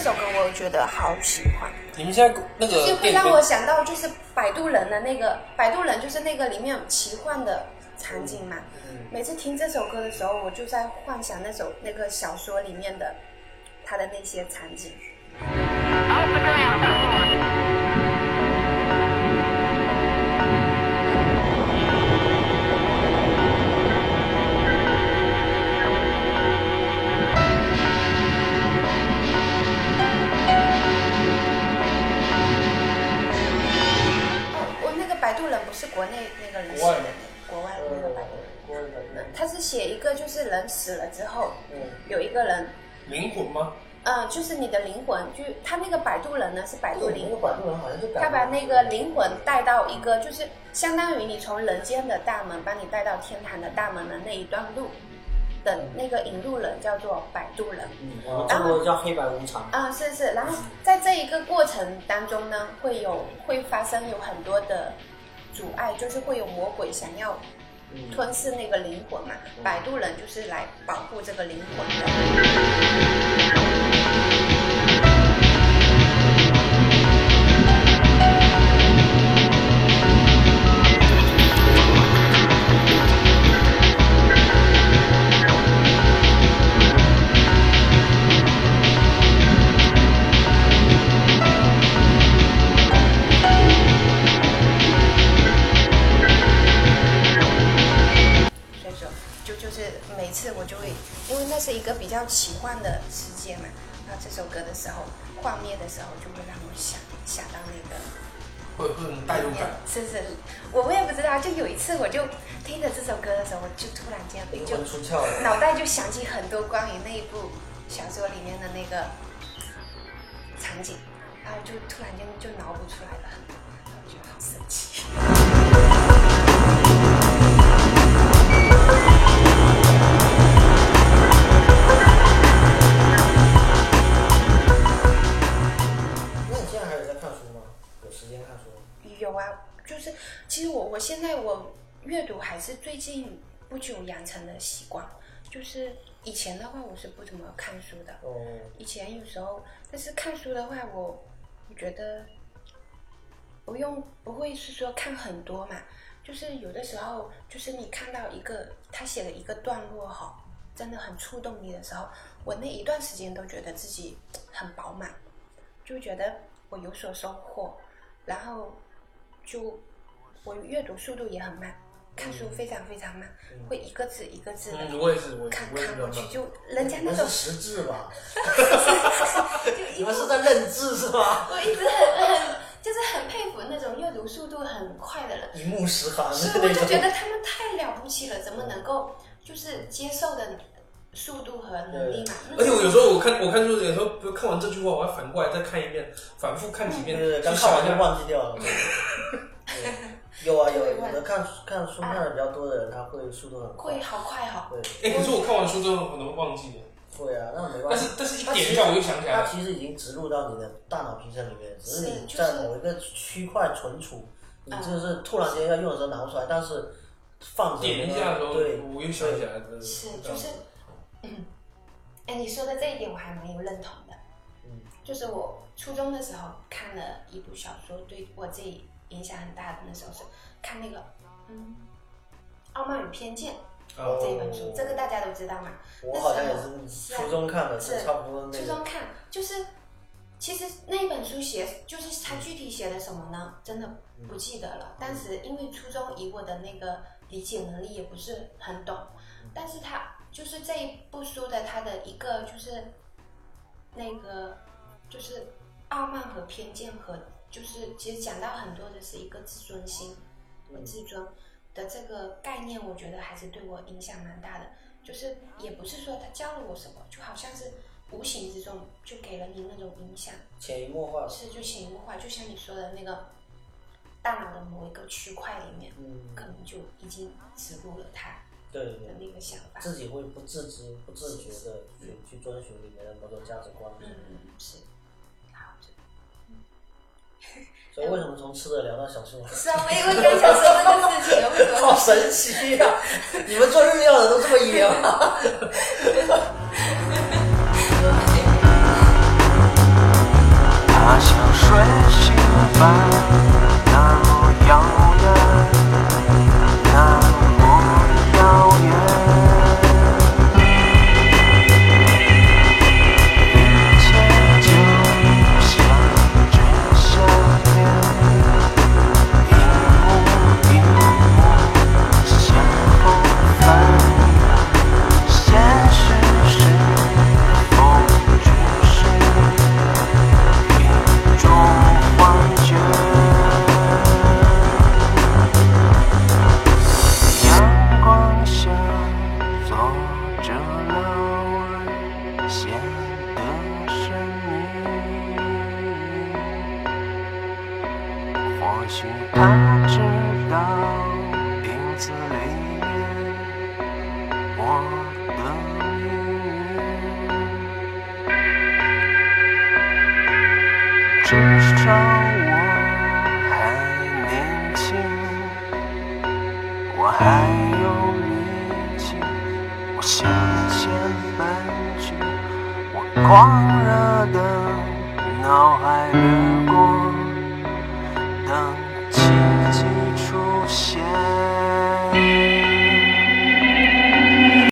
首歌我觉得好喜欢。 你们现在那个就是会让我想到就是摆渡人的那个摆渡人，就是那个里面有奇幻的场景嘛。每次听这首歌的时候，我就在幻想那个小说里面的他的那些场景。摆渡人不是国内那个人写的，国外那个摆渡人，他是写一个就是人死了之后，有一个人灵魂吗？ 就是你的灵魂，就他那个摆渡人呢是摆渡灵魂， 摆渡人好像就他把那个灵魂带到一个就是相当于你从人间的大门把你带到天堂的大门的那一段路的那个引路人叫做摆渡人， 中国叫黑白无常是，然后在这一个过程当中呢，会发生有很多的阻碍，就是会有魔鬼想要吞噬那个灵魂嘛，摆渡人就是来保护这个灵魂的。每次我就会，因为那是一个比较奇幻的世界嘛，然后这首歌的时候，画面的时候就会让我想到那个， 会很带入感。 是，我也不知道，就有一次我就听着这首歌的时候，我就突然间灵魂出窍了， 脑袋就想起很多关于那一部小说里面的那个场景，然后就突然间就脑补出来了很多，我觉得好神奇。有啊，就是其实我现在我阅读还是最近不久养成的习惯，就是以前的话我是不怎么看书的，以前有时候，但是看书的话我觉得不会是说看很多嘛，就是有的时候就是你看到一个他写了一个段落哈，真的很触动你的时候，我那一段时间都觉得自己很饱满，就觉得我有所收获，然后就我阅读速度也很慢，看书非常非常慢，会一个字一个字的看过去，就人家那种是识字吧？你们是在认字是吧？ 我一直就是很佩服那种阅读速度很快的人， 一目十行的那种。我就觉得他们太了不起了，怎么能够就是接受的速度和能力嘛？ 而且我有时候我看书，有时候比如看完这句话，我要反过来再看一遍，反复看几遍， 刚看完就忘记掉了。有啊，有的看书看的比较多的人，他会速度很快， 会好快哈。 对，可是我看完书之后可能会忘记的。 会啊，那没关系。 但是一点一下我就想起来了。 它其实已经植入到你的大脑皮层里面，只是你在某一个区块存储，你就是突然间要用的时候拿不出来，但是放着点一下的时候， 对， 我又想起来了。 是，就是你说的这一点我还蛮有认同的。就是我初中的时候看了一部小说，对我自己影响很大的，那时候是看那个《傲慢与偏见》这一本书，这个大家都知道嘛。 我好像也是初中看的，是差不多那个。 初中看就是其实那一本书就是它具体写的什么呢？真的不记得了。但是因为初中以我的那个理解能力也不是很懂，但是它就是这一部书的它的一个就是那个就是傲慢和偏见和就是其实讲到很多的是一个自尊心和自尊的这个概念，我觉得还是对我影响蛮大的。就是也不是说他教了我什么，就好像是无形之中就给了你那种影响， 潜移默化， 是就潜移默化，就像你说的那个大脑的某一个区块里面，可能就已经植入了他的那个想法， 自己会不自知不自觉的去遵循里面的某种价值观。 是。 所以为什么从吃的聊到小说？ 是啊，我也会跟小说这个事情，为什么？ 好神奇啊！你们做日料的都这么野吗？ 心般那么遥远，那么遥远。一切就像这夏天，一幕一幕相互翻译，现实是否只是一种幻觉？阳光下坐着了危险的生命，或许他知道影子里面我的命运，至少我还年轻，我还有力气，我向前奔去，我狂热的脑海